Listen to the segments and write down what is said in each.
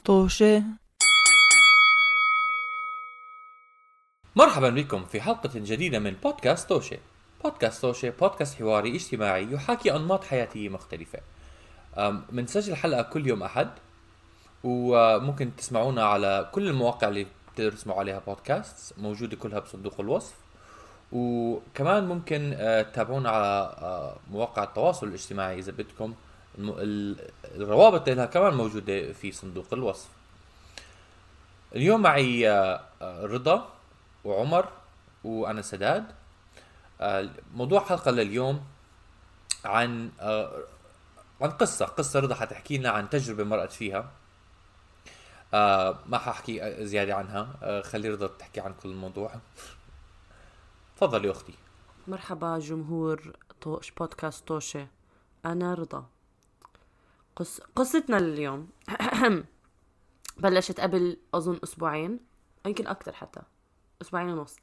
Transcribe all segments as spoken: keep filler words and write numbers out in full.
طوشة. مرحبا بكم في حلقة جديدة من بودكاست طوشة. بودكاست طوشة بودكاست حواري اجتماعي يحاكي أنماط حياتية مختلفة. منسجل حلقة كل يوم أحد، وممكن تسمعونا على كل المواقع اللي بتقدروا تسمعوا عليها بودكاست، موجودة كلها بصندوق الوصف. وكمان ممكن تتابعونا على مواقع التواصل الاجتماعي إذا بدكم، الروابط لها كمان موجودة في صندوق الوصف. اليوم معي رضا وعمر وأنا سداد. موضوع حلقة لليوم عن عن قصة قصة رضا حتحكي لنا عن تجربة مرقت فيها. ما ححكي زيادة عنها، خلي رضا تحكي عن كل الموضوع. تفضلي أختي. مرحبا جمهور طوش بودكاست طوشة، أنا رضا. قص... قصتنا لليوم بلشت قبل أظن أسبوعين، يمكن أكتر حتى أسبوعين ونص.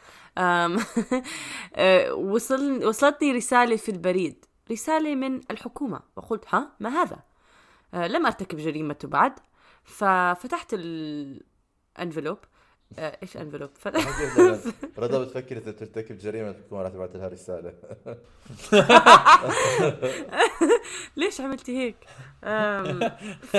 وصل وصلتني رسالة في البريد، رسالة من الحكومة، وقلت ها ما هذا؟ لم أرتكب جريمة بعد، ففتحت الانفلوب. ايش انفلوب؟ رضا بتفكر اذا ترتكب جريمه الحكومه راح تبعت لها رساله. ليش عملتي هيك؟ ف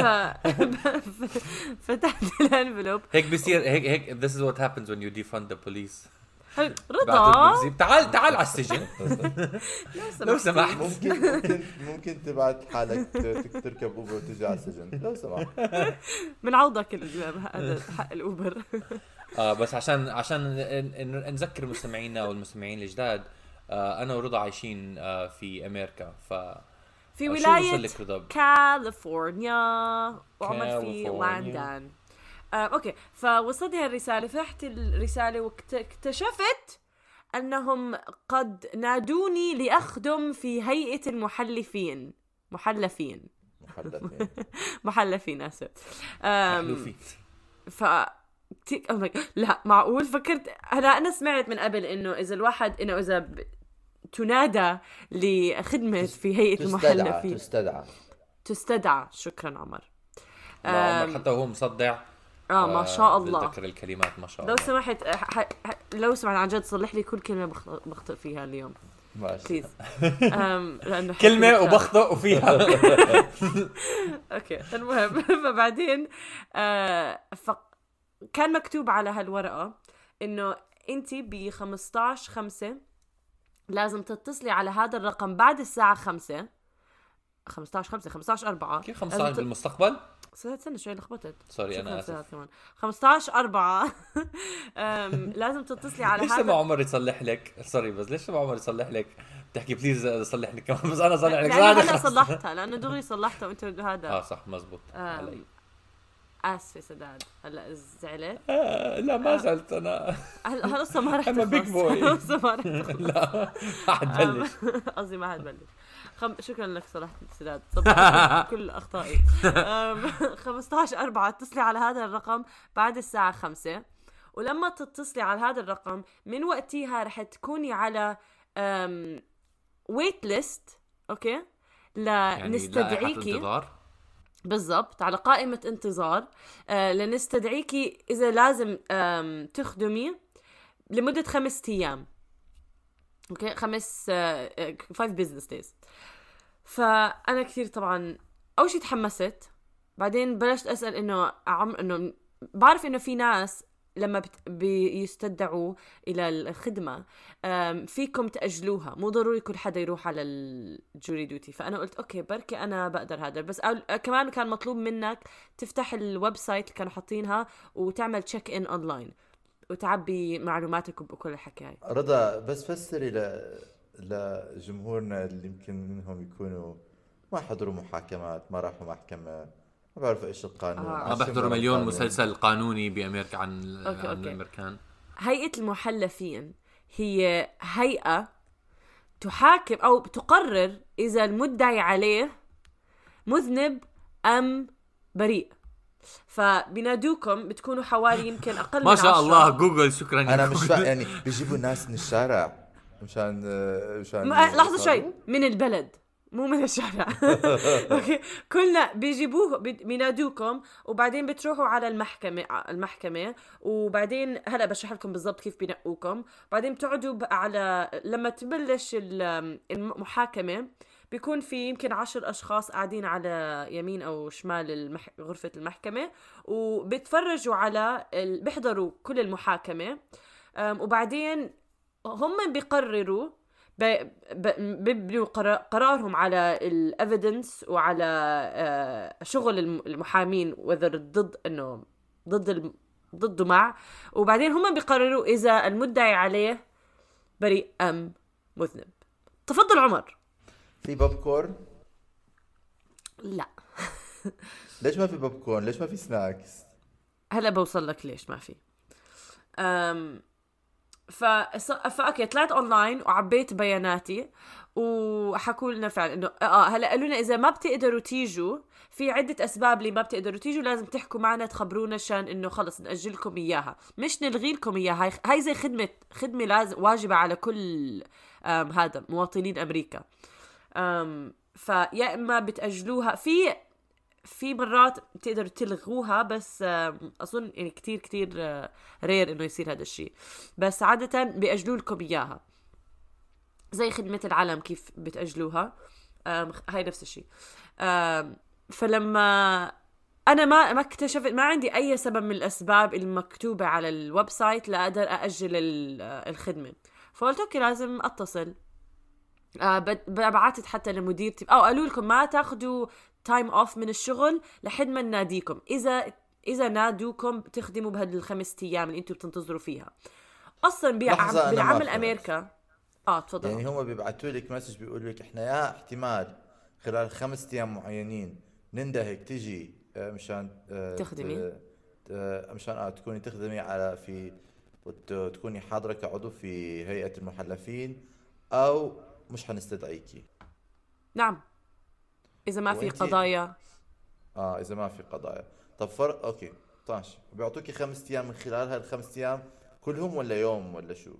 فتحت الانفلوب. هيك بيصير، هيك هيك this is what happens when you defund the police. رضا تعال تعال على السجن. لو سمحت. ممكن ممكن ممكن تبعت حالك تركب اوبر وتجي على السجن لو سمحت. بنعوضك حق الاوبر. اه بس عشان عشان نذكر المستمعين والمستمعين الجداد، آه انا ورضا عايشين آه في امريكا، ف في ولاية كاليفورنيا، وعمر في لندن. آه، أوكي، فوصلتني هالرسالة، فتحت الرسالة واكتشفت أنهم قد نادوني لأخدم في هيئة المحلفين محلفين محلفين محلفين آسف محلوفين. ف لا معقول، فكرت أنا أنا سمعت من قبل إنه إذا الواحد إنه إذا ب... تنادى لخدمة في هيئة المحلفين تستدعى تستدعى شكرا عمر. عمر حتى هو مصدع. اه ما شاء الله، بتذكر الكلمات ما شاء الله. لو سمحت ح... ح... لو سمحت عن جد صلح لي كل كلمة بخ... بخطئ فيها اليوم ماشي. أم... لأنه كلمة وبخطئ فيها. اوكي المهم فبعدين آه... ف... كان مكتوب على هالورقة انه انتي ب خمستاشر خمسة لازم تتصلي على هذا الرقم بعد الساعة خمسة. خمستاشر خمسة خمستاشر أربعة كيف خمستاشر بالمستقبل؟ استنى شوي لخبطت، سوري انا اسف. خمستاشر أربعة لازم تتصلي على ليش هذا. ليش ما عمر يصلح لك؟ سوري بس ليش ما عمر يصلح لك؟ بتحكي بليز صلح لي كمان، بس انا صلح لك. انا صلحتها لانه دغري صلحتها وانت هذا. اه صح مزبوط. علي اسفه سداد. هلا زعلت؟ آه لا ما زعلت انا. هلا لسه ما رح تخلص. لسه ما رح تخلص. لا ما حتبلش. قصدي ما حتبلش. خم... شكرا لك صلحت سداد، صبرت كل اخطائي. خمستاشر أربعة اتصلي على هذا الرقم بعد الساعه خمسة، ولما تتصلي على هذا الرقم من وقتها رح تكوني على أم... ويت ليست. اوكي لنستدعيكي يعني بالضبط على قائمة انتظار، آه لنستدعيكي إذا لازم تخدمي لمدة خمس أيام. أوكي خمس آه five business days. فأنا كثير طبعا أول شيء تحمست، بعدين بلشت أسأل إنه عم إنه بعرف إنه في ناس لما بت... بيستدعوا إلى الخدمة فيكم تأجلوها، مو ضروري كل حدا يروح على الجوري دوتي. فأنا قلت أوكي بركي أنا بقدر هذا، بس أول... كمان كان مطلوب منك تفتح الويب سايت اللي كانوا حاطينها وتعمل تشيك إن أونلاين وتعبي معلوماتك وكل الحكي هاي. رضا بس فسري ل... لجمهورنا اللي يمكن منهم يكونوا ما حضروا محاكمات، ما راحوا محكمة، ما بعرفوا إيش القانون، ما بحضروا مليون مسلسل قانوني بأمريكا عن أوكي عن أوكي. الأمريكان. هيئة المحلفين هي هيئة تحاكم أو تقرر إذا المدعي عليه مذنب أم بريء. فبنادوكم بتكونوا حوالي يمكن أقل من ما شاء عشرة. الله جوجل شكرا. أنا مش فا... يعني بيجيبوا ناس من الشارع مشان مشان لحظة شوي من البلد مو من الشارع. اوكي كلنا بيجيبوه بينادوكم وبعدين بتروحوا على المحكمة المحكمة وبعدين هلا بشرح لكم بالضبط كيف بينقوكم. بعدين بتقعدوا على لما تبلش المحاكمة بيكون في يمكن عشر أشخاص قاعدين على يمين أو شمال المح... غرفة المحكمة وبيتفرجوا على ال... بيحضروا كل المحاكمة. وبعدين هم بيقرروا بيبنوا قرارهم على الإيفيدنس وعلى شغل المحامين وإذا ضد إنه ضد الم... ضده مع. وبعدين هم بيقرروا إذا المدعي عليه بريء أم مذنب. تفضل عمر. في بوب كورن؟ لا. ليش ما في بوب كورن؟ ليش ما في سناكس؟ هلا بوصل لك ليش ما في. أم ف فاوكي طلعت اونلاين وعبيت بياناتي وحكوا لنا فعلا انه اه هلا قالوا لنا اذا ما بتقدروا تيجوا في عده اسباب اللي ما بتقدروا تيجوا لازم تحكوا معنا تخبرونا عشان انه خلص ناجل لكم اياها مش نلغي لكم اياها. هاي هاي زي خدمه خدمه لازم واجبه على كل هذا مواطنين امريكا. أم فيا اما بتاجلوها في في مرات بتقدروا تلغوها بس اظن يعني كتير كتير رير انه يصير هذا الشيء بس عاده بيأجلوا لكم اياها زي خدمه العلم كيف بتأجلوها. هاي نفس الشيء. فلما انا ما ما اكتشفت ما عندي اي سبب من الاسباب المكتوبه على الويب سايت لاقدر ااجل الخدمه فقلت اوكي لازم اتصل. آه بعتت حتى لمديرتي او قالوا لكم ما تاخذوا تايم اوف من الشغل لحد ما ناديكم اذا اذا نادوكم تخدموا بهذه الخمس ايام اللي انتم بتنتظروا فيها اصلا بعم... بالعمل امريكا. اه تفضل. يعني هم بيبعتوا لك مسج بيقول لك احنا يا احتمال خلال خمس ايام معينين نندهك تجي مشان تخدمي مشان اه تكوني تخدمي على في وتكوني حاضره كعضو في هيئه المحلفين او مش حنستدعيكي. نعم اذا ما في قضايا. اه اذا ما في قضايا. طب فرق اوكي طاش بيعطوكي خمس ايام من خلال هالخمس ايام كلهم ولا يوم ولا شو؟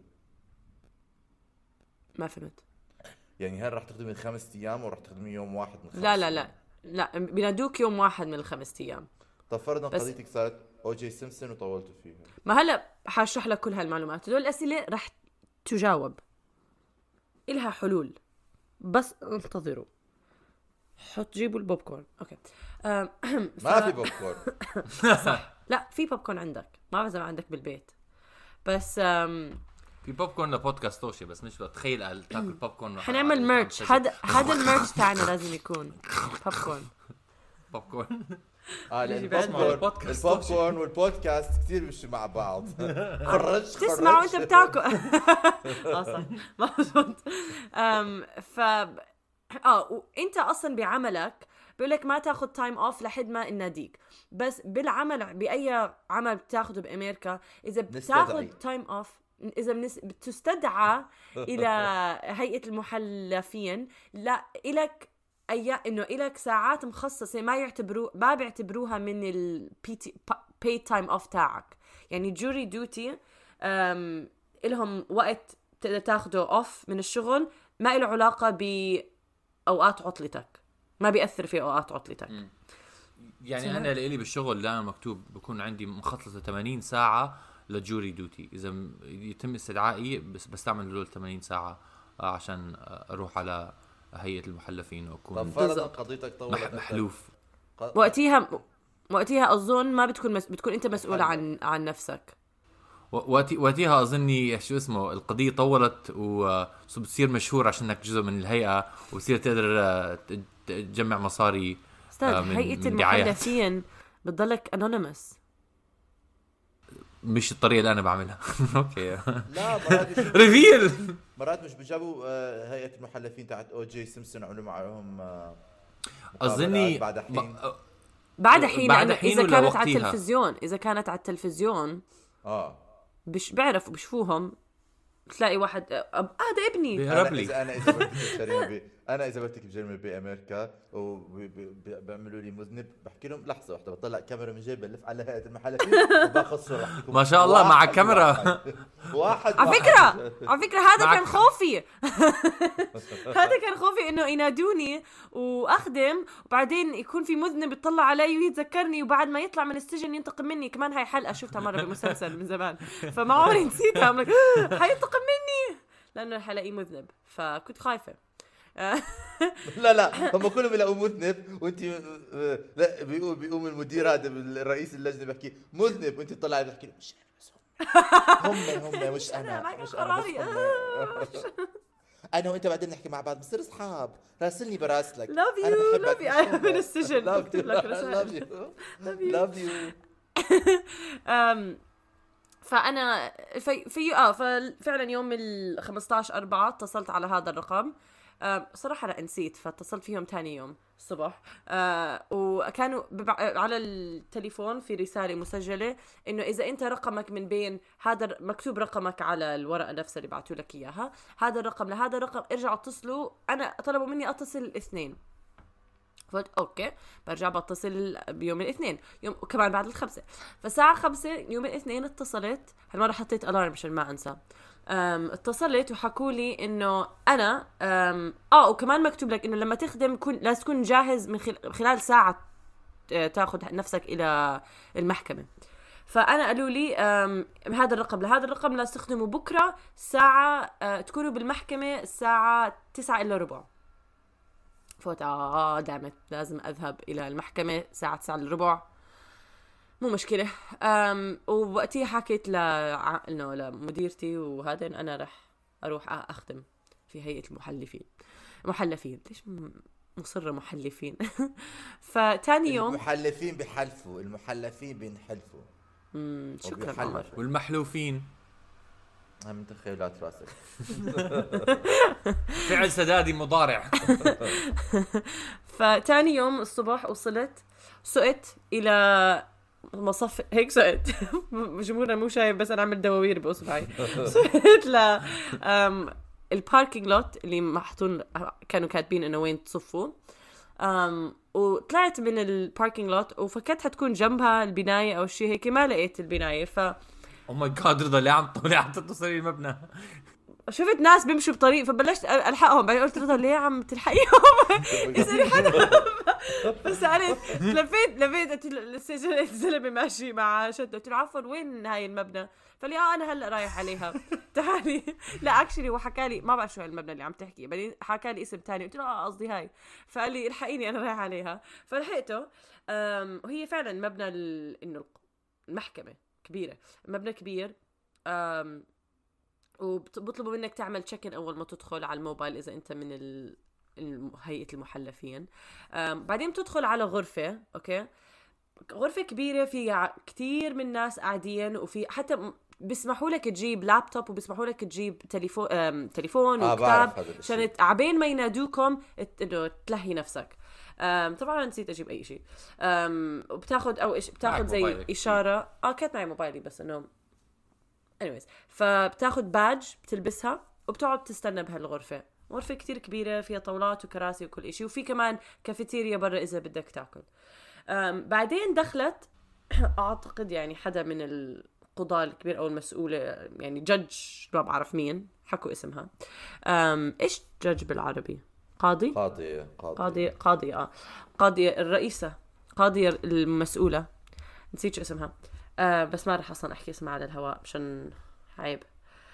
ما فهمت. يعني هل راح تخدمي الخمس ايام وراح تخدمي يوم واحد من خمس لا لا لا لا بينادوك يوم واحد من الخمس ايام. طب فرضا قضيتك صارت او جي سيمبسون وطولتوا فيها. ما هلا حاشرح لك كل هالمعلومات. هدول الاسئله راح تجاوب إلها حلول بس انتظروا. حط جيبوا البوب كورن. اوكي ف... ما في بوب كورن. صح لا في بوب كورن عندك ما بعرف اذا عندك بالبيت بس أم... في بوب كورن لبودكاست توشي بس مش تخيل قال تاكل بوب كورن. حنعمل ميرش. هذا هذا الميرش تاعنا لازم يكون بوب كورن. بوب كورن اه البوب كورن والبودكاست كثير مش مع بعض. خرج تسمعوا انت بتاكل اصلا مظبوط. ام ف اه وانت اصلا بعملك بيقول لك ما تاخذ تايم اوف لحد ما ناديك بس بالعمل باي عمل بتاخذه بامريكا اذا بتاخذ تايم اوف اذا بنس... بتستدعى الى هيئه المحلفين لا الك أي إنه إلك ساعات مخصصة ما يعتبروا ما بيعتبروها من ال pay time off تاعك. يعني jury duty إلهم وقت تقدر تاخده off من الشغل ما إله علاقة بأوقات عطلتك ما بيأثر في أوقات عطلتك. م. يعني أنا اللي بالشغل لا مكتوب بكون عندي مخصصة ثمانين ساعة لجوري دوتي إذا يتم استدعائي بس بستعمل هذول ثمانين ساعة عشان أروح على هيئة المحلفين وأكون طب فرضا قضيتك طولت محلوف قد... وقتها وقتها أظن ما بتكون مس... بتكون أنت مسؤول عن عن نفسك. وقتي وقتها أظني شو اسمه القضية طولت وبتصير مشهور عشانك جزء من الهيئة وبصير تقدر تجمع مصاري. من هيئة المحلفين بتضلك anonymous مش الطريقة اللي أنا بعملها. أوكي لا مرات ريفيل مرات مش بجابوا هيئة المحلفين تاعت أو جي سيمبسون عملوا معهم أظني بعد حين بعد حين إذا كانت على التلفزيون إذا كانت على التلفزيون آه بش بعرفوا بشوفهم تلاقي واحد هذا ابني أنا إذا أنا إذا بدي انا اذا بدك بجرم بامريكا وبيعملوا لي مذنب بحكي لهم لحظه واحده بطلع كاميرا من جيبي بلف على هيئه المحل وباخذ صوره احكيكم ما شاء الله مع كاميرا واحد, واحد على فكره على فكره هذا معك. كان خوفي هذا كان خوفي انه ينادوني واخدم وبعدين يكون في مذنب يطلع علي ويتذكرني وبعد ما يطلع من السجن ينتقم مني. كمان هاي حلقه شفتها مره بمسلسل من زمان فما عمري نسيتها. حينتقم مني لانه حلاقيه مذنب فكنت خايفه. لا لا هم كلهم يلاقوا مذنب وانت لا بيقوم بيقوم المدير هذا الرئيس اللجنه بحكي مذنب وانت طلعي بحكي له مش هم هم مش انا مش انا انا وانت بعدين نحكي مع بعض بصير اصحاب راسلني براسلك لاف يو لاف يو من السجن لاف يو لاف يو فانا في في اه ففعلا يوم ال خمستاشر أربعة اتصلت على هذا الرقم. أه صراحة أنا نسيت فاتصلت فيهم تاني يوم الصبح. أه وكانوا ببع... على التليفون في رسالة مسجلة إنه إذا أنت رقمك من بين هذا مكتوب رقمك على الورقة نفسها اللي بعتوا لك إياها هذا الرقم لهذا الرقم ارجعوا اتصلوا. أنا طلبوا مني أتصل الاثنين فقلت أوكي برجع بتصل بيوم الاثنين يوم كمان بعد الخمسة. فساعة خمسة يوم الاثنين اتصلت هالمرة حطيت ألارم عشان ما أنسى. اتصلت وحكوا لي انه انا اه وكمان مكتوب لك انه لما تخدم كن لازم تكون جاهز من خلال ساعه تاخذ نفسك الى المحكمه. فانا قالوا لي هذا الرقم لهذا الرقم لا تستخدمه بكره ساعه تكونوا بالمحكمه الساعه تسعة الا ربع. فوت اه دامت لازم اذهب الى المحكمه ساعه تسعة الا ربع مو مشكلة. أم ووقتها حكيت ل إنه لمديرتي وهذا إن أنا رح أروح أخدم في هيئة المحلفين محلفين ليش مصرة محلفين فتاني يوم المحلفين بحلفوا المحلفين بينحلفوا. امم شكرا عمر. والمحلوفين من تخيلات راسك فعل سدادي مضارع. فتاني يوم الصبح وصلت سقت إلى مصف هيك سقت جمهورنا مو شايف بس انا عملت دواوير باصبعي. سقت ل الباركينج لوت اللي محطون كانوا كاتبين انه وين تصفوا. أم وطلعت من الباركينج لوت وفكرت حتكون جنبها البنايه او شيء هيك ما لقيت البنايه. ف او ماي جاد رضا ليه عم طلع عم تتصلي المبنى شفت ناس بيمشوا بطريق فبلشت الحقهم بعدين قلت رضا ليه عم تلحقيهم يصير حدا بس انا لفيت لفيت السجل الزلمه ماشي مع شد قلت له عفوا وين هاي المبنى فلي اه انا هلا رايح عليها تعالي. لا اكشلي هو حكى لي ما بعرف شو المبنى اللي عم تحكي بعدين حكى لي اسم تاني قلت له اه قصدي هاي فقال لي الحقيني انا رايح عليها فلحقته. وهي فعلا مبنى انه المحكمه كبيره مبنى كبير. أم وبطلبوا منك تعمل تشيكن أول ما تدخل على الموبايل إذا أنت من ال... هيئة المحلفين. بعدين تدخل على غرفة أوكي غرفة كبيرة فيها كتير من الناس قاعدين وفي حتى بيسمحوا لك تجيب لابتوب وبيسمحوا لك تجيب تليفون أم... تليفون آه وكتاب عشان عبين ما ينادوكم إنه تلهي نفسك. أم طبعا نسيت أجيب أي شيء. أم وبتاخد أو إيش بتاخد زي موبايلك. إشارة آه كانت معي موبايلي بس إنه anyways فبتاخد باج بتلبسها وبتقعد تستنى بهالغرفة. غرفة كتير كبيرة فيها طاولات وكراسي وكل إشي وفي كمان كافيتيريا برا إذا بدك تاكل. بعدين دخلت أعتقد يعني حدا من القضاة الكبير أو المسؤولة يعني جدج ما بعرف مين حكوا اسمها. إيش جدج بالعربي؟ قاضي؟ قاضي قاضي قاضي قاضي آه قاضي الرئيسة قاضية المسؤولة نسيت شو اسمها. أه بس ما رح أصلا أحكي اسمها على الهواء مشان عيب.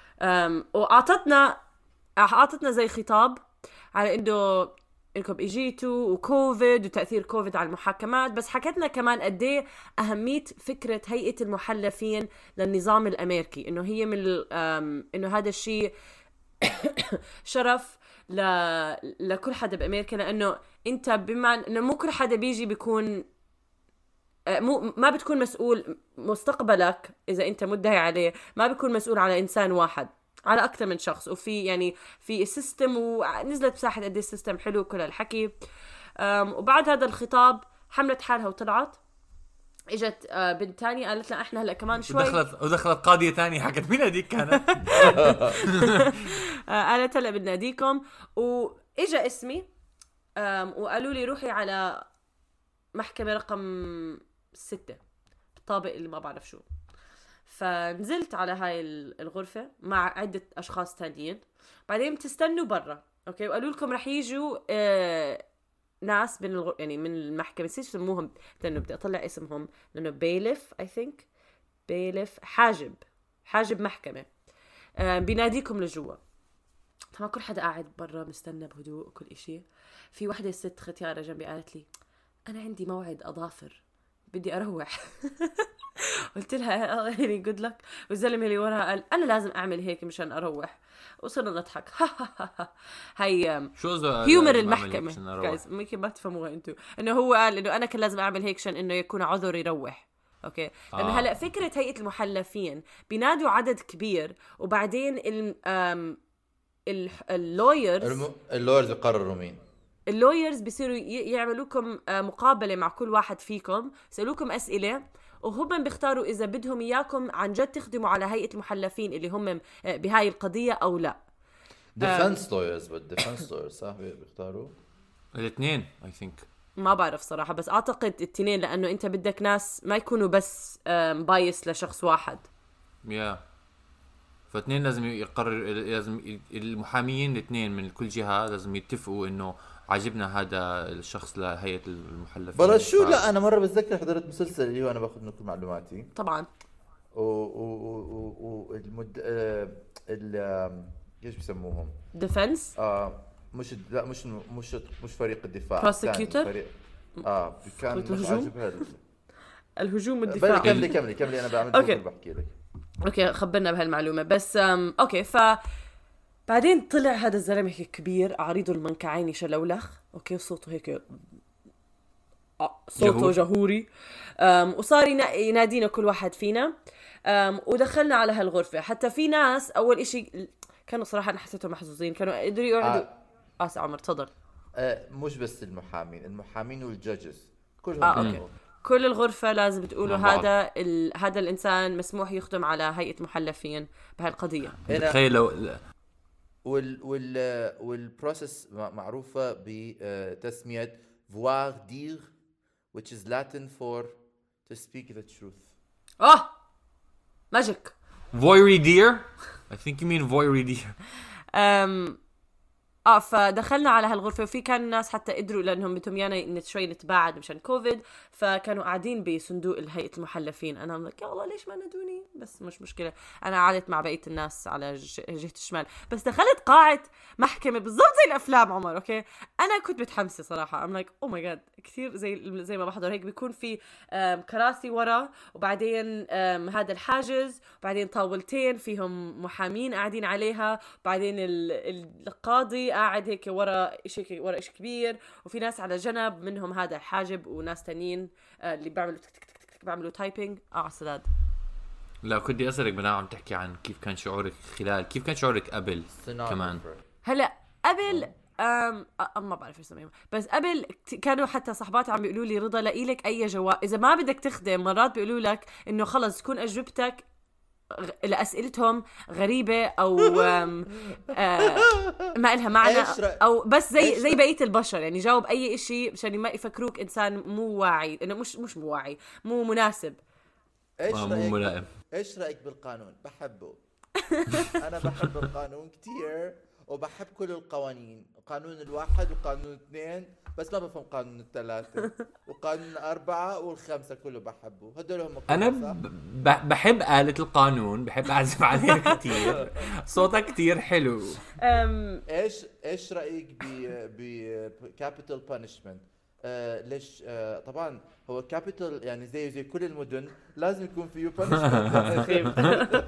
وأعطتنا أعطتنا زي خطاب على إنه إنكم إجيتوا وكوفيد وتأثير كوفيد على المحاكمات بس حكتنا كمان قديه أهمية فكرة هيئة المحلفين للنظام الأمريكي إنه هي من إنه هذا الشيء شرف ل... لكل حدا بأمريكا لأنه أنت بما إنه مو كل حدا بيجي بيكون مو ما بتكون مسؤول مستقبلك إذا أنت مدعي عليه ما بيكون مسؤول على إنسان واحد على أكثر من شخص وفي يعني في السيستم ونزلت مساحة قد السيستم حلو كل الحكي. وبعد هذا الخطاب حملت حالها وطلعت اجت بنت تانية قالت لها احنا هلا كمان شوي ودخلت ودخلت قاضية تانية حكت مين هذيك كانت قالت هلا بناديكم و اجا اسمي وقالوا لي روحي على محكمة رقم ستة الطابق اللي ما بعرف شو. فنزلت على هاي الغرفة مع عدة أشخاص تانيين. بعدين بتستنوا برا أوكي، وقالوا لكم رح يجوا آه ناس من الغر... يعني من المحكمة سيش سموهم لأنه بدي أطلع اسمهم لأنه بيلف I think بيلف حاجب حاجب محكمة آه بيناديكم لجوا. طبعا كل حدا قاعد برا مستنى بهدوء وكل إشي. في وحدة ست ختيارة جنبي قالت لي أنا عندي موعد أظافر بدي أروح. قلت لها يعني good luck. والزلمة اللي وراها قال أنا لازم أعمل هيك مشان أروح. وصرنا نضحك. هاي هيومر المحكمة جايز ممكن ما تفهموها أنتوا إنه هو قال إنه أنا كان لازم أعمل هيك عشان إنه يكون عذر يروح. أوكي لأنه آه. هلأ فكرة هيئة المحلفين بينادوا عدد كبير وبعدين ال اللويرز اللويرز يقرروا مين. اللويرز بيصيروا يعملوكم مقابلة مع كل واحد فيكم، يسألوكم أسئلة وهم بيختاروا إذا بدهم إياكم عن جد تخدموا على هيئة المحلفين اللي هم بهاي القضية أو لا. ديفنس لويرز بس ديفنس لويرز صح بيختاروا الاثنين I think. ما بعرف صراحة بس أعتقد التنين لأنه أنت بدك ناس ما يكونوا بس بايس لشخص واحد. يا yeah. فاثنين لازم يقرر، لازم المحاميين الاثنين من كل جهة لازم يتفقوا إنه عجبنا هذا الشخص لهيئة المحلفين. برا شو ف... لا أنا مرة بتذكر حضرت مسلسل اللي هو أنا باخذ من كل معلوماتي طبعا و و و والمد ال ايش بيسموهم ديفنس اه مش لا مش مش مش فريق الدفاع بروسيكيوتر فريق اه كان عاجبها الهجوم والدفاع. كملي كملي كملي أنا بعمل أوكي. بحكي لك اوكي خبرنا بهالمعلومه بس أم... اوكي ف بعدين طلع هذا الزلمه هيك كبير عريضه المنكعين شلولخ اوكي صوته هيك آه صوته جهور. جهوري أم... وصار ينادينا كل واحد فينا أم... ودخلنا على هالغرفه. حتى في ناس اول إشي كانوا صراحه انا حسيتهم محظوظين كانوا قدروا يقعدوا آه. اسف عمر تفضل. آه مش بس المحامين المحامين والجاجز كلهم آه أوكي. كل الغرفة لازم بتقولوا هذا ال... هذا الإنسان مسموح يخدم على هيئة محلفين بهالقضية. تخيلوا وال وال والبروسس معروفة بتسمية voir dire which is Latin for to speak the truth. آه ماجيك. Voir dire I think you mean voir dire. أم اه فدخلنا على هالغرفه وفي كان ناس حتى قدروا لانهم بدهم يانا شوي نتباعد مشان كوفيد فكانوا قاعدين بصندوق هيئه المحلفين. انا قلت يا الله ليش ما نادوني بس مش مشكله انا قعدت مع بقيه الناس على جهه الشمال. بس دخلت قاعه محكمه بالضبط زي الافلام عمر. اوكي انا كنت متحمسه صراحه ام لايك او ماي جاد كثير زي زي ما بحضر هيك بيكون في كراسي ورا وبعدين هذا الحاجز وبعدين طاولتين فيهم محامين قاعدين عليها وبعدين القاضي قاعد هيك ورا شيء ورا شيء كبير وفي ناس على جنب منهم هذا الحاجب وناس تانيين اللي بيعملوا تك تك تك تك بيعملوا تايبينج. اه سداد لا كنت اسالك بناء عم تحكي عن كيف كان شعورك خلال كيف كان شعورك قبل كمان. هلا قبل أم ما بعرف اسمهم بس قبل كانوا حتى صحباتي عم بيقولوا لي رضا لقيلك اي جواب اذا ما بدك تخدم. مرات بيقولوا لك انه خلص تكون اجوبتك لأسئلتهم غريبة أو آه ما إلها معنى أو بس زي زي بقية البشر يعني جاوب أي إشي مشان ما يفكروك إنسان مو واعي إنه مش مش مو واعي مو مناسب. إيش رأيك إيش رأيك بالقانون؟ بحبه. أنا بحب القانون كتير وبحب كل القوانين قانون الواحد وقانون اثنين بس ما بفهم قانون الثلاثة وقانون أربعة والخمسة كله بحبه. هدول هم أنا ب- بحب آلة القانون بحب أعزف عليها كتير صوتها كتير حلو. أم... إيش إيش رأيك ب ب capital punishment؟ آه ليش آه طبعا هو capital يعني زي زي كل المدن لازم يكون فيه punishment.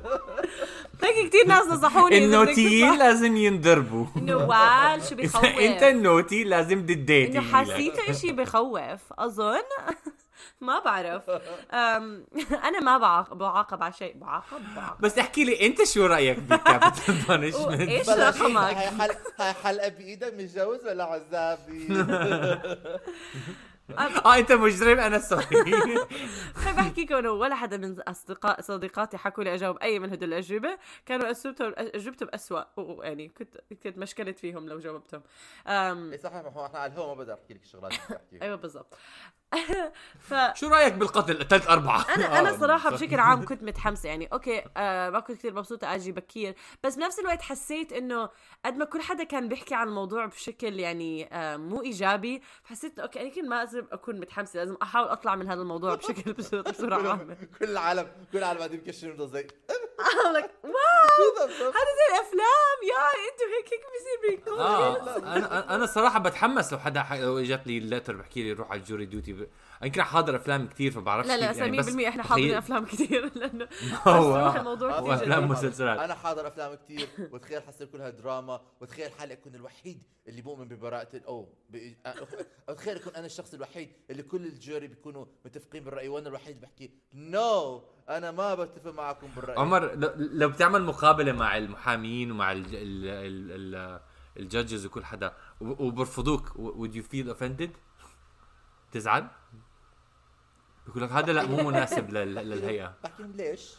هيك كتير ناس نصحوني النوتيين لازم ينضربوا. نوال شو بيخوف انت النوتي لازم تديتي انه حسيته اشي بخوف اظن ما بعرف. انا ما بعاقب على شيء بعاقب بعاقب بس احكي لي انت شو رايك بالكابيتال بانشمنت؟ ايش رقمك؟ هاي حلقه بايدك متجوز ولا عزابي؟ اه انت مجرم انا سوري. خليني بحكيكم انه ولا حدا من اصدقاء صديقاتي حكوا لي اجاوب اي من هدول الاجوبه، كانوا اجوبتهم اجوبتهم اسوء، يعني كنت كنت مشكلت فيهم لو جاوبتهم. اي صحيح، ما هو احنا على الهوا ما بدي احكي لك الشغلات اللي بحكيها. ايوه بالضبط. ف شو رايك بالقتل ثلاث اربعه؟ انا انا صراحه بشكل عام كنت متحمسه، يعني اوكي آه ما كنت كثير مبسوطه اجي بكير، بس بنفس الوقت حسيت انه قد ما كل حدا كان بيحكي عن الموضوع بشكل يعني آه مو ايجابي، حسيت اوكي انا كنت ما لازم اكون متحمسه، لازم احاول اطلع من هذا الموضوع بشكل بسرعه عامه. كل العالم كل العالم قاعدين يكشروا زي I'm like واو هذا زي الافلام يا انتوا هيك هيك بيصير بيكون. اه انا انا صراحه بتحمس لو حدا لو اجت لي الليتر بحكي لي روح على الجوري ديوتي ب... يمكن حاضر افلام كثير فبعرفش. لا لا يعني مية بالمية احنا حاضرين افلام كثير لانه هو الموضوع كثير افلام مسلسلات. انا حاضر افلام كثير، وتخيل حصير كلها دراما، وتخيل حالي اكون الوحيد اللي بؤمن ببراءة او ب... اتخيل اكون انا الشخص الوحيد اللي كل الجوري بيكونوا متفقين بالراي، وانا الوحيد اللي بحكي نو انا ما بتفق معكم بالراي. عمر لو بتعمل مقابله مع المحامين ومع ال ال ال الجادجز وكل حدا وبرفضوك would you feel offended؟ تزعل؟ بيقول لك هذا لا مو مناسب للهيئه. بحكي لهم ليش؟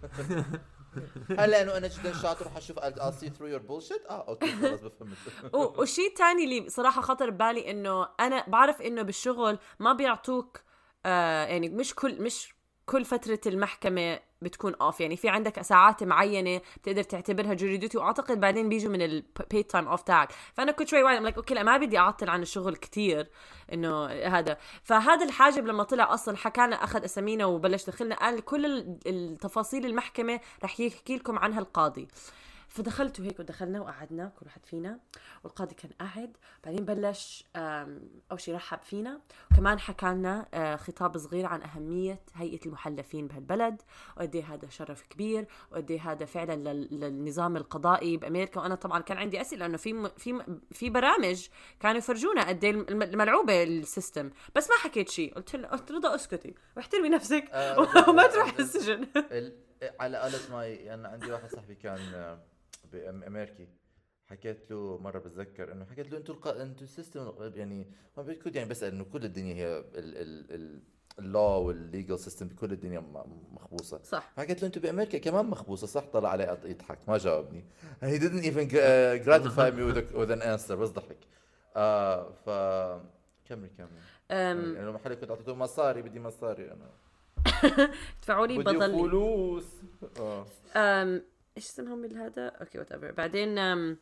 هل لانه انا جدا شاطر وحشوف I'll see through your bullshit؟ اه اوكي خلاص بفهمت. والشيء الثاني اللي صراحه خطر ببالي انه انا بعرف انه بالشغل ما بيعطوك آه يعني مش كل مش كل فترة المحكمة بتكون اوف، يعني في عندك ساعات معينة بتقدر تعتبرها جوري ديوتي، واعتقد بعدين بيجوا من الباي تايم اوف تاعك. فانا كنت شوي واعي لايك اوكي لا ما بدي اعطل عن الشغل كتير انه هذا. فهذا الحاجب لما طلع اصلا حكانا اخذ اسامينا وبلش دخلنا قال كل التفاصيل المحكمة رح يحكي لكم عنها القاضي. فدخلتوا هيك ودخلنا وقعدنا كل واحد فينا، والقاضي كان قاعد، بعدين بلش أول شيء رحب فينا، وكمان حكى لنا خطاب صغير عن أهمية هيئة المحلفين بهالبلد، وقديه هذا شرف كبير، وقديه هذا فعلا للنظام القضائي بأمريكا. وأنا طبعا كان عندي أسئلة لأنه في في في برامج كانوا يفرجونا قديه الملعوبة السيستم، بس ما حكيت شيء. قلت له قلت رضا اسكتي واحترمي نفسك وما تروح السجن. على آلة ماي أنا عندي واحد صاحبي كان بأمريكي، حكيت له مرة بتذكر إنه حكيت له أنتوا الق... أنتوا السيستم يعني ما بيكون يعني بس إنه كل الدنيا هي ال ال ال اللو والليجل سيستم بكل الدنيا مخبوصة صح. حكيت له أنتوا بأمريكا كمان مخبوصة صح؟ طلع عليه يضحك ما جاوبني. he didn't even gratify me with, a, with an answer بس ضحك. آه ف كمل كمل. أم... يعني محلي كنت أعطيته مصاري بدي مصاري أنا. دفعوا لي بضل بدي فلوس. آه. أم... ايش اسمهم هذا اوكي وات ايفر. بعدين أم...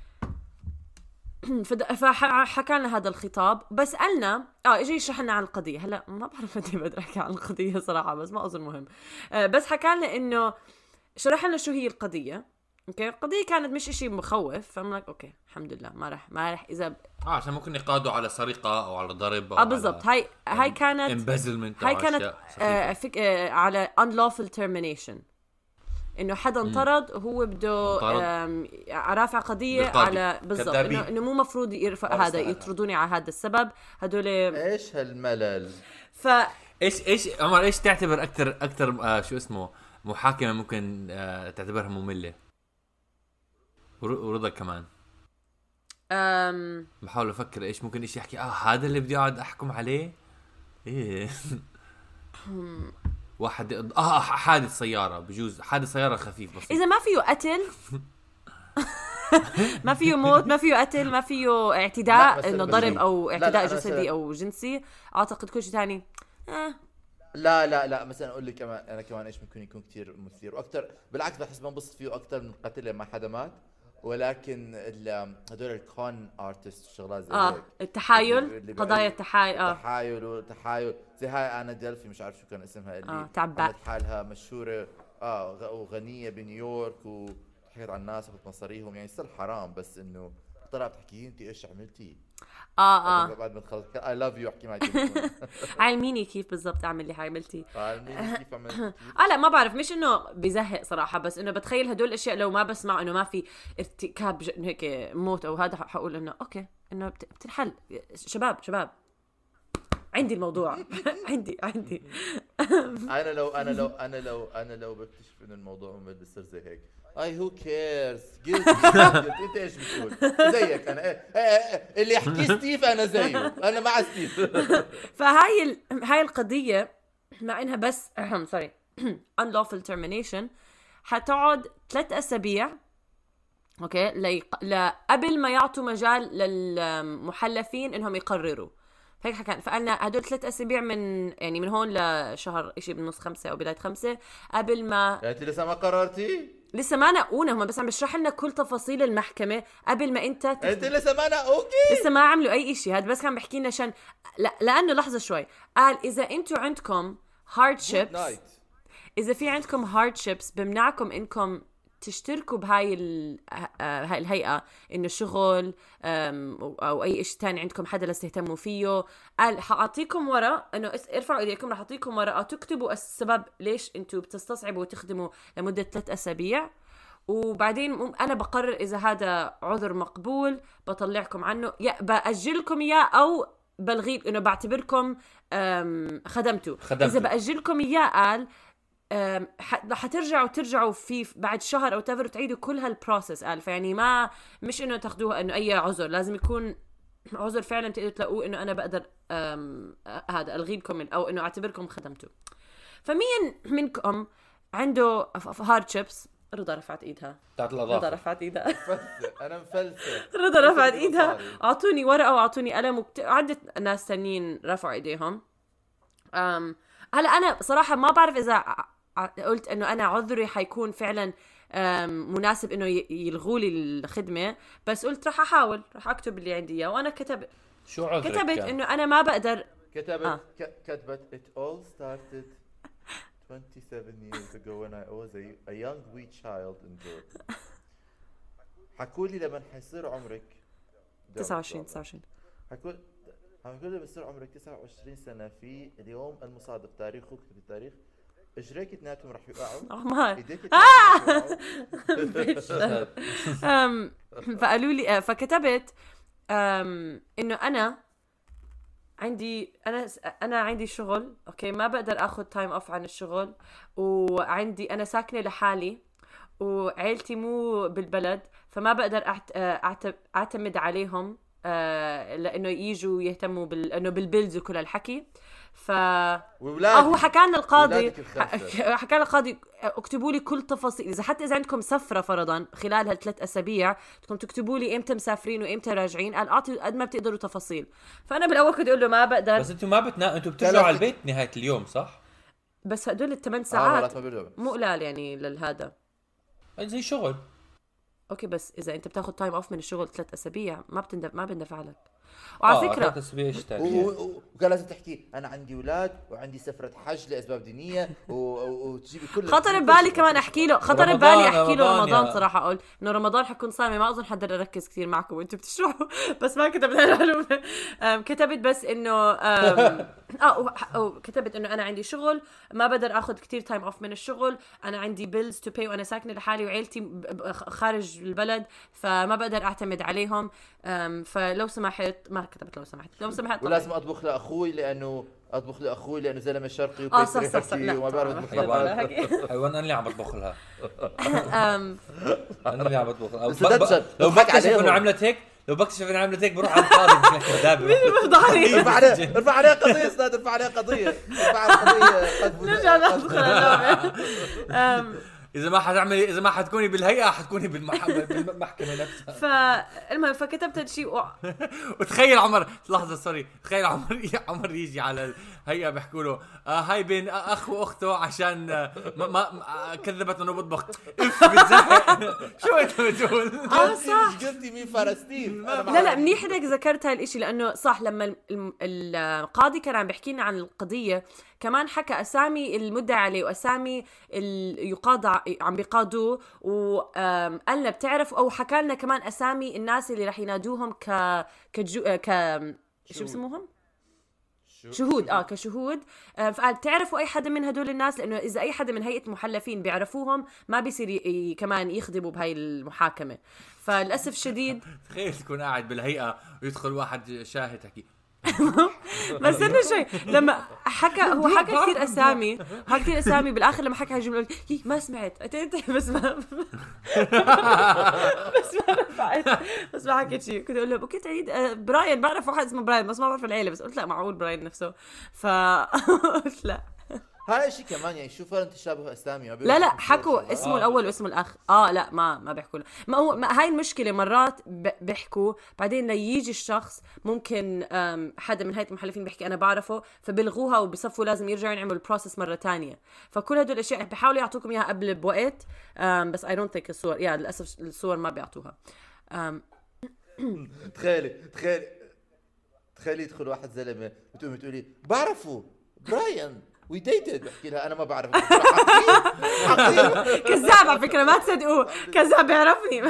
فحكى لنا هذا الخطاب، بس قالنا اه اجى يشرح لنا عن القضيه. هلا ما بعرف قد ايه بدي احكي عن القضيه صراحه، بس ما اظن مهم. آه بس حكى لنا انه شرح لنا شو هي القضيه. اوكي القضيه كانت مش اشي مخوف، فملك اوكي الحمد لله ما رح ما رح اذا ب... اه عشان ممكن يقادوا على سرقه او على ضرب اه بالضبط. هاي هاي كانت embezzlement هاي كانت آه فك... آه على unlawful termination، انه حدا انطرد وهو بده رافع قضيه على بالضبط انه انه مو مفروض يرفع هذا يطردوني على هذا السبب. هدول ايش هالملل. ف ايش ايش عمر ايش تعتبر اكثر اكثر آه شو اسمه محاكمه ممكن آه تعتبرها ممله؟ ورضا كمان امم بحاول افكر ايش ممكن ايش يحكي. اه هذا اللي بدي اقعد احكم عليه. ايه واحد اه حادث سياره، بجوز حادث سياره خفيف بسيط. اذا ما فيه قتل ما فيه موت، ما فيه قتل، ما فيه اعتداء انه ضرب او اعتداء جسدي او جنسي، اعتقد كل شيء ثاني آه. لا لا لا مثلا اقول لك كمان انا كمان ايش ممكن يكون كتير مثير واكثر، بالعكس بحس بنبسط فيه اكثر من قتل ما حدا مات. ولكن هدول الكون ارتست شغلات زي اه التحايل، قضايا التحايل اه التحايل والتحايل زي هاي انا ديلفي مش عارف شو كان اسمها اللي اه تعبت حالها مشهوره اه وغنيه بنيويورك وحكيت عن الناس وخذت مصاريهم، يعني صار حرام بس انه طلعت تحكي انت ايش عملتي اه اه بعد ما تخلص اي لاف يو احكي معي علميني كيف بالضبط اعمل اللي عملتي. علميني كيف عملتي. اه لا ما بعرف، مش انه بزهق صراحه، بس انه بتخيل هدول الاشياء لو ما بسمع انه ما في ارتكاب هيك موت او هذا حقول انه اوكي انه بتنحل. شباب شباب عندي الموضوع عندي عندي انا لو انا لو انا لو انا لو بكتشف انه الموضوع ممل بصير زي هيك اي هو كيرز انت ايش بتقول زيك انا إيه إيه اللي يحكي ستيف انا زيه انا مع ستيف. فهاي ال... هاي القضيه مع انها بس سوري unlawful termination حتقعد ثلاث اسابيع اوكي لي... ل... قبل ما يعطوا مجال للمحلفين انهم يقرروا. هيك حكى فقالنا هدول ثلاث اسابيع من يعني من هون لشهر شيء بنص خمسة او بدايه خمسة قبل ما انت لسه ما قررتي لسه ما نقونا هم بس عم بشرح لنا كل تفاصيل المحكمة قبل ما انت تخ... انت لسه ما نقوكي لسه ما عملوا اي اشي. هذا بس كان بحكي لنا عشان لا... لانه لحظة شوي قال اذا انتوا عندكم hardships اذا في عندكم hardships بمنعكم انكم تشتركوا بهاي ال... هاي الهيئة انه شغل او اي اشي تاني عندكم حدا لستهتموا فيه. قال حاعطيكم ورق انه ارفعوا ايديكم رح اعطيكم ورقة تكتبوا السبب ليش انتوا بتستصعبوا وتخدموا لمدة ثلاث اسابيع وبعدين انا بقرر اذا هذا عذر مقبول بطلعكم عنه يا باجلكم اياه او بلغي انه بعتبركم خدمتوا. اذا باجلكم اياه قال حترجعوا ترجعوا في بعد شهر او تفر تعيدوا كل هالبروسس. قال فيعني ما مش انه تاخذوها انه اي عذر لازم يكون عذر فعلا تقدروا تلاقوه انه انا بقدر هذا الغي لكم او انه اعتبركم خدمتوا. فمين منكم عنده هاردشيبس؟ رضا رفعت ايدها. رضا رفعت ايدها. انا مفلسه. رضا رفعت ايدها. اعطوني ورقه واعطوني قلم وكت... عدة ناس ثانيين رفعوا ايديهم. امم هلا انا صراحه ما بعرف اذا قلت انه انا عذري حيكون فعلا مناسب انه يلغوا لي الخدمه بس قلت راح احاول راح اكتب اللي عندي اياه. وانا كتبت شو عذرك كتبت انه انا ما بقدر كتبت آه. كتبت it all started twenty-seven years ago when I was a, a young wee child in Jordan. حكولي لما حيصير عمرك تسعة وعشرين تسعة وعشرين حكول حكولي لما يصير عمرك تسعة وعشرين سنه في اليوم المصادق تاريخه كتب التاريخ اجريك اثنيناتهم رح يوقعوا ايديك ام فقالوا لي فكتبت انه انا عندي انا انا عندي شغل اوكي ما بقدر اخذ تايم اوف عن الشغل وعندي انا ساكنه لحالي وعيلتي مو بالبلد فما بقدر اعتمد عليهم لانه ييجوا يهتموا بال انه بالبيلز وكل الحكي. ف اه هو حكى لنا القاضي حكى لنا القاضي اكتبوا لي كل تفاصيل اذا حتى اذا عندكم سفره فرضا خلال هالثلاث اسابيع بدكم تكتبوا لي امتى مسافرين وامتى راجعين. قال اعطي قد ما بتقدروا تفاصيل. فانا بالاول كنت اقول له ما بقدر بس انتم ما بتنا انتم بترجعوا على البيت نهايه اليوم صح؟ بس هدول الثمان ساعات آه مو قلال يعني للهذا زي شغل. اوكي بس اذا انت بتاخذ تايم اوف من الشغل ثلاث اسابيع ما بتندف ما بندفع لك. وعلى آه فكره ثلاث اسابيع ايش تاني وقال لازم تحكي انا عندي اولاد وعندي سفره حج لاسباب دينيه وتجيبي كل خطر ببالي كمان احكي له خطر ببالي احكي له رمضان صراحه اقول انه رمضان حكون صايمه ما اظن حدا اركز كثير معكم وانتم بتشرحوا بس ما كتبت هالمعلومه. كتبت بس انه اه كتبت انه انا عندي شغل ما بقدر اخذ كثير تايم اوف من الشغل انا عندي بيلز تو باي وانا ساكنه لحالي وعيلتي خارج البلد فما بقدر اعتمد عليهم. فلو سمحت ما كتبت لو سمحت لو سمحت ولازم اطبخ لاخوي لانه اطبخ لاخوي لانه زلمه شرقي وبيسري آه حكي وما بعرف اطبخ لها. حيوان انا اللي عم بطبخ لها. انا اللي عم بطبخ لها. لو بكتشف انه عملت هيك لو بكتشف انه عملت هيك بروح على القاضي. مين بفضحني؟ ارفع عليه ارفع عليه قضيه استاذ ارفع عليه قضيه ارفع عليه قضيه قد نرجع ندخل اللعبه. اذا ما حتعملي اذا ما حتكوني بالهيئه حتكوني بالمحكمه بالمحكمه نفسها. فالمهم فكتبت هالشيء و... وتخيل عمر لحظه سوري تخيل عمر عمر يجي على الهيئه بيحكوا له آه هاي بين اخ واخته عشان ما, ما كذبت انه بطبخ اف بتزهق. شو انت بتقول؟ اه صح قلتي مين فلسطين. لا لا منيح انك ذكرت هاي الاشي لانه صح لما القاضي كان عم بيحكي لنا عن القضيه كمان حكى اسامي المدعي عليه واسامي يقاضى عم بيقاضوه وقال لنا بتعرف او حكى لنا كمان اسامي الناس اللي رح ينادوهم ك كجو... ك شو بسموهم شهود اه كشهود. فقال بتعرفوا اي حدا من هدول الناس لانه اذا اي حدا من هيئه محلفين بيعرفوهم ما بيصير ي... كمان يخدموا بهاي المحاكمه. فللاسف الشديد تخيل تكون قاعد بالهيئه ويدخل واحد شاهد يحكي بس انه شوي لما حكى هو حكى كثير اسامي حكى كثير اسامي بالاخر لما حكى هالجمله قلت ما سمعت انت بس ما بس ما رفعت بس ما حكيت شيء. كنت اقول له كنت عيد براين بعرف واحد اسمه براين بس ما بعرف العيله بس قلت لا معقول براين نفسه فقلت لا. هاي شيء كمان يعني شو فرق تشابه اسامي؟ لا لا حكوا اسمه الاول واسمه الاخ اه لا ما ما بيحكوا له. ما هو ما هاي المشكله مرات بيحكوا بعدين ليجي الشخص ممكن حدا من هيئه المحلفين بيحكي انا بعرفه فبلغوها وبصفوا لازم يرجعوا يعملوا البروسس مره تانية. فكل هدول الاشياء بيحاولوا يعطوكم اياها قبل بوقت بس اي دونت ثينك الصور يا للاسف الصور ما بيعطوها. تخيلي تخيلي تخيلي يدخل واحد زلمه بتقومي تقولي بعرفه براين وي ديتد بحكي لها انا ما بعرف. كذاب على فكره ما تصدقوه كذاب بيعرفني.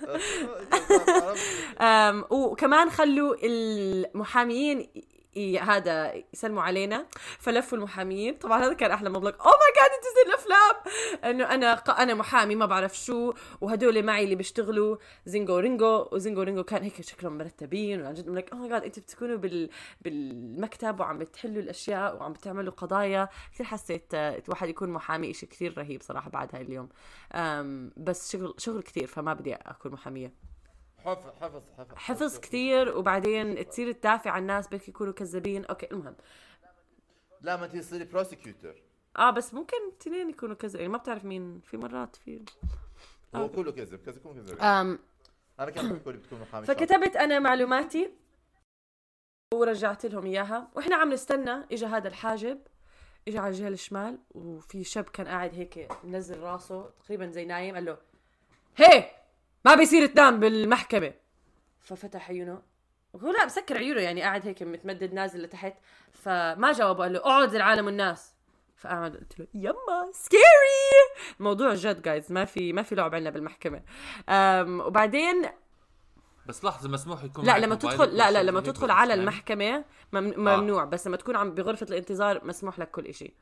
وكمان خلوا المحاميين هذا يسلموا علينا فلفوا المحامين. طبعا هذا كان احلى مبلغ. اوه ماي جاد انت زي الافلام انه انا انا محامي ما بعرف شو وهدول معي اللي بيشتغلوا زينجو رينجو وزينجو رينجو كان هيك شكلهم مرتبين وعن جد لك اوه ماي جاد انتوا بتكونوا بال بالمكتب وعم بتحلوا الاشياء وعم بتعملوا قضايا. كثير حسيت واحد يكون محامي شيء كثير رهيب صراحه بعد هاي اليوم. بس شغل شغل كثير فما بدي اكون محاميه. حفظ حفظ حفظ حفظ كتير وبعدين تصير تدافع عن الناس بيك يكونوا كذابين. اوكي المهم لا ما انت تصيري بروسيكيوتور اه بس ممكن تنين يكونوا كذابين يعني ما بتعرف مين في مرات في هو آه. كله كذب كذب كله كذب. أم... انا كان بحكوا لي بتكون محامي. فكتبت انا معلوماتي ورجعت لهم اياها واحنا عم نستنى اجى هذا الحاجب اجى على الجهه الشمال وفي شاب كان قاعد هيك منزل راسه تقريبا زي نايم قال له هي ما بيصير تنام بالمحكمة. ففتح عيونه وهو لا مسكر عيونه يعني قاعد هيك متمدد نازل لتحت. فما جاوبه قال له اقعد العالم والناس. فقعد قلت له يما سكيري الموضوع جد جايز ما في ما في لعب عنا بالمحكمة. وبعدين بس لحظة مسموح يكون لا لما تدخل لا لا لما تدخل على المحكمة ممنوع آه. بس لما تكون عم بغرفة الانتظار مسموح لك كل إشي.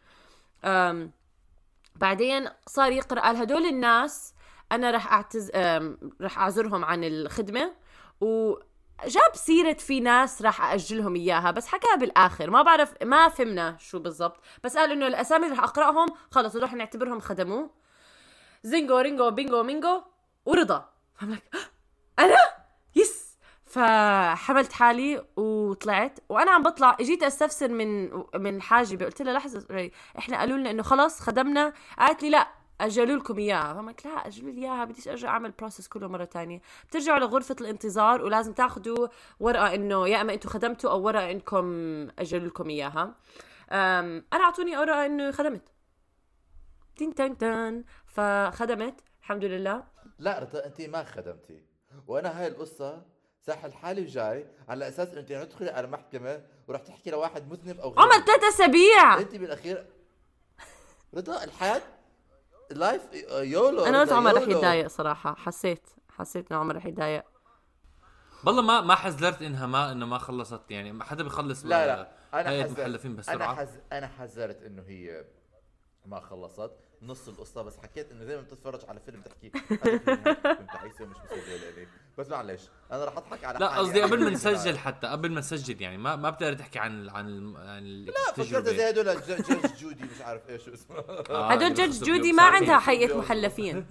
بعدين صار يقرأ قال هدول الناس أنا رح أعتز رح أعذرهم عن الخدمة وجاب سيرة في ناس رح أأجلهم إياها بس حكاها بالآخر ما بعرف ما فهمنا شو بالضبط بس قال إنه الأسامي رح أقرأهم خلص ورح نعتبرهم خدموه زينجو رينجو بينجو مينجو ورضا. فهملك أنا يس فحملت حالي وطلعت وانا عم بطلع اجيت استفسر من من حاجبه قلت لها لحظه احنا قالوا لنا انه خلص خدمنا. قالت لي لا اجلوا لكم اياها. فهمت لا اجلوا لي اياها بديش ارجع اعمل بروسس كله مره تانية. بترجعوا لغرفه الانتظار ولازم تاخذوا ورقه انه يا اما انتم خدمتوا او ورقه انكم اجلوا لكم اياها. انا اعطوني ورقه انه خدمت تين تين تين فخدمت الحمد لله. لا رضا انت ما خدمتي وانا هاي القصه ساحل حالي وجاي على اساس انت يعني تدخلي على محكمه وراح تحكي لواحد مذنب او عمر ثلاثة اسابيع. انت بالاخير رضا الحياه لايف يولو. انا قلت عمر رح يتضايق صراحه حسيت حسيت انه عمر رح يتضايق. والله ما ما حذرت انها ما انه ما خلصت يعني ما حدا بيخلص. لا لا انا حذرت انا حز... انا حذرت انه هي ما خلصت نص القصه بس حكيت انه زي ما بتتفرج على فيلم تحكي كنت عايزه مش مسجل لي بس معلش انا رح اضحك على لا قصدي قبل ما نسجل حتى قبل ما نسجل يعني ما ما بتقدر تحكي عن عن عن لا فكرت زي هدول جورج جودي مش عارف ايش اسمه هدول جورج جودي ما عندها هيئه محلفين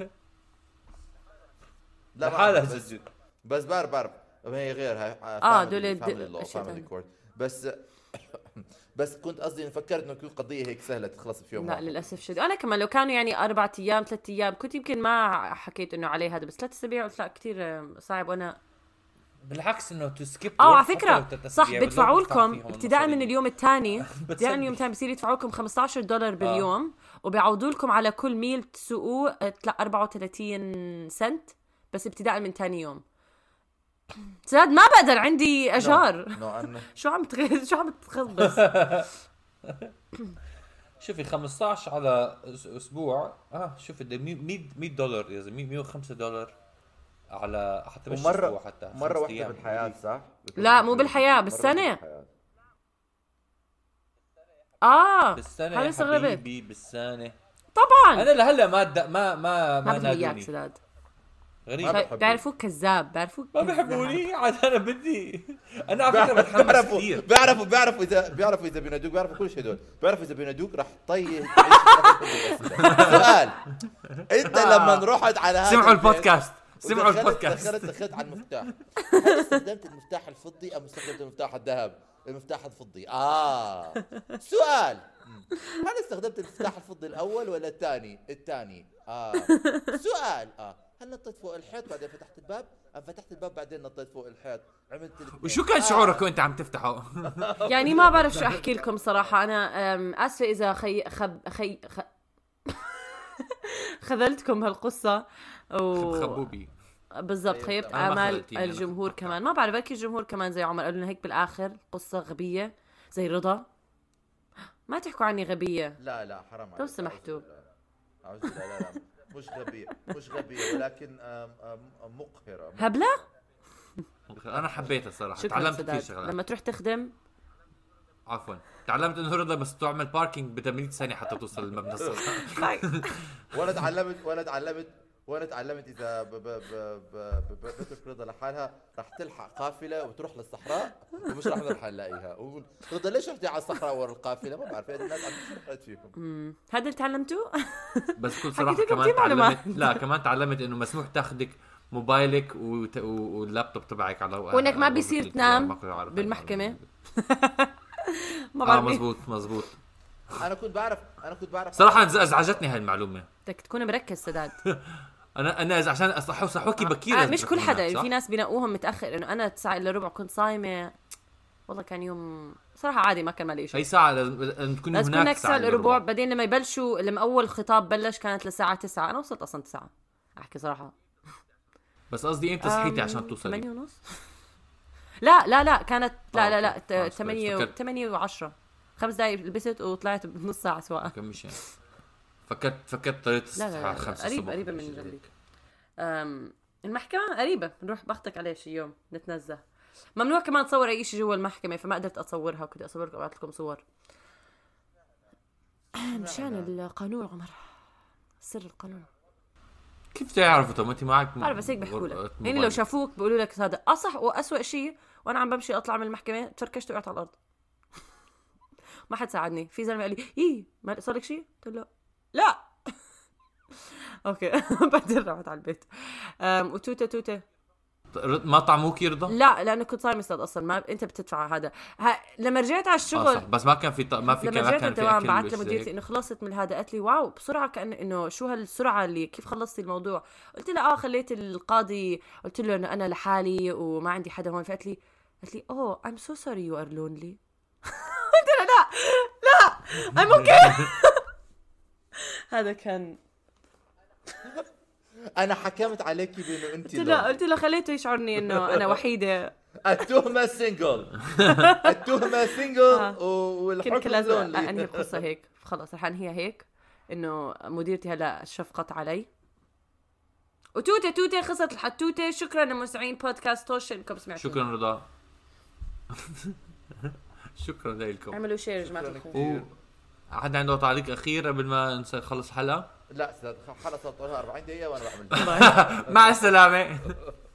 لا حالها سجل بس بعرف بعرف هي غير هاي اه دول بس بس كنت قصدي فكرت انه تكون قضيه هيك سهله تخلص في يوم لا للاسف شديد. انا كمان لو كانوا يعني أربعة ايام ثلاث ايام كنت يمكن ما حكيت انه عليه هذا بس ثلاث اسابيع قلت لا كثير صعب. وانا بالعكس انه تسكيب اه على فكره صح بيدفعوا لكم ابتداء من اليوم الثاني ابتداء من اليوم الثاني بصير يدفعوا لكم خمسة عشر دولار باليوم آه. وبيعوضوا لكم على كل ميل تسوقوه أربعة وثلاثين سنت بس ابتداء من ثاني يوم. ساد ما بقدر عندي اجار no, no, شو عم تغير شو عم تخبص. شوفي خمسة عشر على اسبوع اه شوفي مية دولار يا زلمه مية وخمسة دولار على حتى مش اسبوع حتى مره واحده بالحياه صح. لا مو بالحياه بالسنه اه بالسنه يا حبيبي بالسنه طبعا. انا لهلا ما ما ما ما نادوني غريب. بحبوه. بيعرفوك كذاب، بيعرفوك ما كذاب. بحبوني عاد انا بدي انا على فكره بتحمس بيعرفوا كثير. بيعرفوا بيعرفوا اذا بيعرفوا اذا بينادوك، بيعرفوا كل شيء هدول، بيعرفوا اذا بينادوك راح تطير. سؤال، انت لما رحت على هذا سمعوا البيت البودكاست سمعوا ودخلت- البودكاست دخلت دخلت على المفتاح، هل استخدمت المفتاح الفضي ام استخدمت المفتاح الذهب؟ المفتاح الفضي. اه سؤال، هل استخدمت المفتاح الفضي الاول ولا الثاني؟ الثاني. اه سؤال، اه هل نطيت فوق الحيط بعدين فتحت الباب ام فتحت الباب بعدين نطيت فوق الحيط؟ عملت الاثنين. وشو كان آه. شعورك وانت عم تفتحه؟ يعني ما بعرف شو احكي لكم صراحه. انا أم، اسفه اذا خي خب خي خ... خذلتكم بهالقصه و... خبوبي بالضبط، خيبت أنا ما امال خذلتيني، أنا الجمهور خذلتك. كمان. ما بعرف بركي الجمهور كمان زي عمر قالوا لنا هيك بالاخر قصه غبيه زي رضا. ما تحكوا عني غبيه. لا لا حرام عليك. لو سمحتوا. أعوذ بالله. لا لا مش غبية، مش غبية ولكن آم، آم، مقهرة. هبله. انا حبيتها الصراحه، شكرا تعلمت كثير سداد. شغلات. لما تروح تخدم عفوا تعلمت انه رضا بس تعمل باركينج بدها مية سنه حتى توصل للمبنى الصح. وانا تعلمت وانا تعلمت وانا تعلمت اذا ب ب ب ب ب بترك رضا لحالها راح تلحق قافله وتروح للصحراء ومش راح نروح نلاقيها. وقول رضا ليش رحتي على الصحراء ورا القافله؟ ما بعرف هذه الناس عم تشرحت فيكم. مم. هذا اللي تعلمتوه؟ بس كل صراحه حكيت لكم كمان كتير معلومات. تعلمت لا كمان تعلمت انه مسموح تاخذك موبايلك وت... واللابتوب تبعك على وإنك ما بيصير على- تنام ما كنت أعرف بالمحكمة. ما اه بعرف. مزبوط مزبوط. انا كنت بعرف انا كنت بعرف صراحه أز- ازعجتني هاي المعلومه. بدك تكون مركز سداد. انا انا إذا عشان اصحى صحوكي بكير آه لازم مش كل تكون حدا، هناك، صح؟ في ناس بينقوهم متاخر. انه انا تسعة الا ربع كنت صايمه. والله كان يوم صراحه عادي، ما كان مالي شيء. هي ساعه لازم لازم تكوني بس هناك كنا تسعة الا إلا ربع. بعدين لما يبلشوا، لما اول خطاب بلش كانت للساعه تسعة. انا وصلت اصلا تسعة احكي صراحه. بس قصدي امتى صحيتي عشان توصلي؟ ثمانية ونص. لا لا لا كانت لا آه، لا لا أوكي. آه، ثمانية فكرت. ثمانية وعشرة. خمس دقايق لبست وطلعت بنص ساعه سواقه. كم مش يعني فكرت فكرت طريقة لا لا, لا, لا. خمسة قريب الصبح قريبة ولا من شيء زي جنبي. هيك. أم المحكمة قريبة، بنروح باخدك عليه شي يوم نتنزه. ممنوع كمان تصور أي شيء جوا المحكمة، فما قدرت أصورها وكنت أصور لكم أبعث لكم صور. مشان القانون عمر، سر القانون. كيف تعرفوا؟ طب انت معك بعرف بس هيك بيحكوا غر- لك. موبايل. يعني لو شافوك بيقولوا لك هذا أصح. وأسوأ شيء وأنا عم بمشي أطلع من المحكمة تفركشت وقعت على الأرض. ما حد ساعدني. في زلمة قال لي إيه ما صار لك شيء؟ قلت له لا. اوكي. بعدين رحت على البيت. أم وتوته توته ما طعموك يرضى؟ لا، لانه كنت صايمه استاذ اصلا. ما انت بتدفع هذا. ها... لما رجعت على آه الشغل صح. بس ما كان في ط... ما في لما كان ما رجعت كان في الدوام اكل بعثت وإشي زي لمديرتي هيك. انه خلصت من هذا. قالت لي واو بسرعه، كأن انه شو هالسرعه اللي كيف خلصتي الموضوع. قلت لها اه خليت القاضي، قلت له انه انا لحالي وما عندي حدا هون. فقالت لي قالت لي اوه I'm so sorry you are lonely. قلت لها لا لا I'm okay. هذا كان انا حكمت عليك بانه انت قلت له قلت له خليته يشعرني انه انا وحيده. التهمه سنجل. التهمه سنجل والحكم كنت لازم لونلي. انهي القصه هيك. خلص رح انهيها هيك انه مديرتي هلا شفقت علي. وتوته توته خلصت الحتوته. شكرا لمستمعين بودكاست توشه انكم سمعتوا. شكرا رضا. شكرا لكم. اعملوا شير يا جماعه الخير. و... حد عنده تعليق اخير قبل ما نخلص حلقه؟ لا استاذ، حلقه صارت لها أربعين دقيقه وانا بعمل مع السلامه.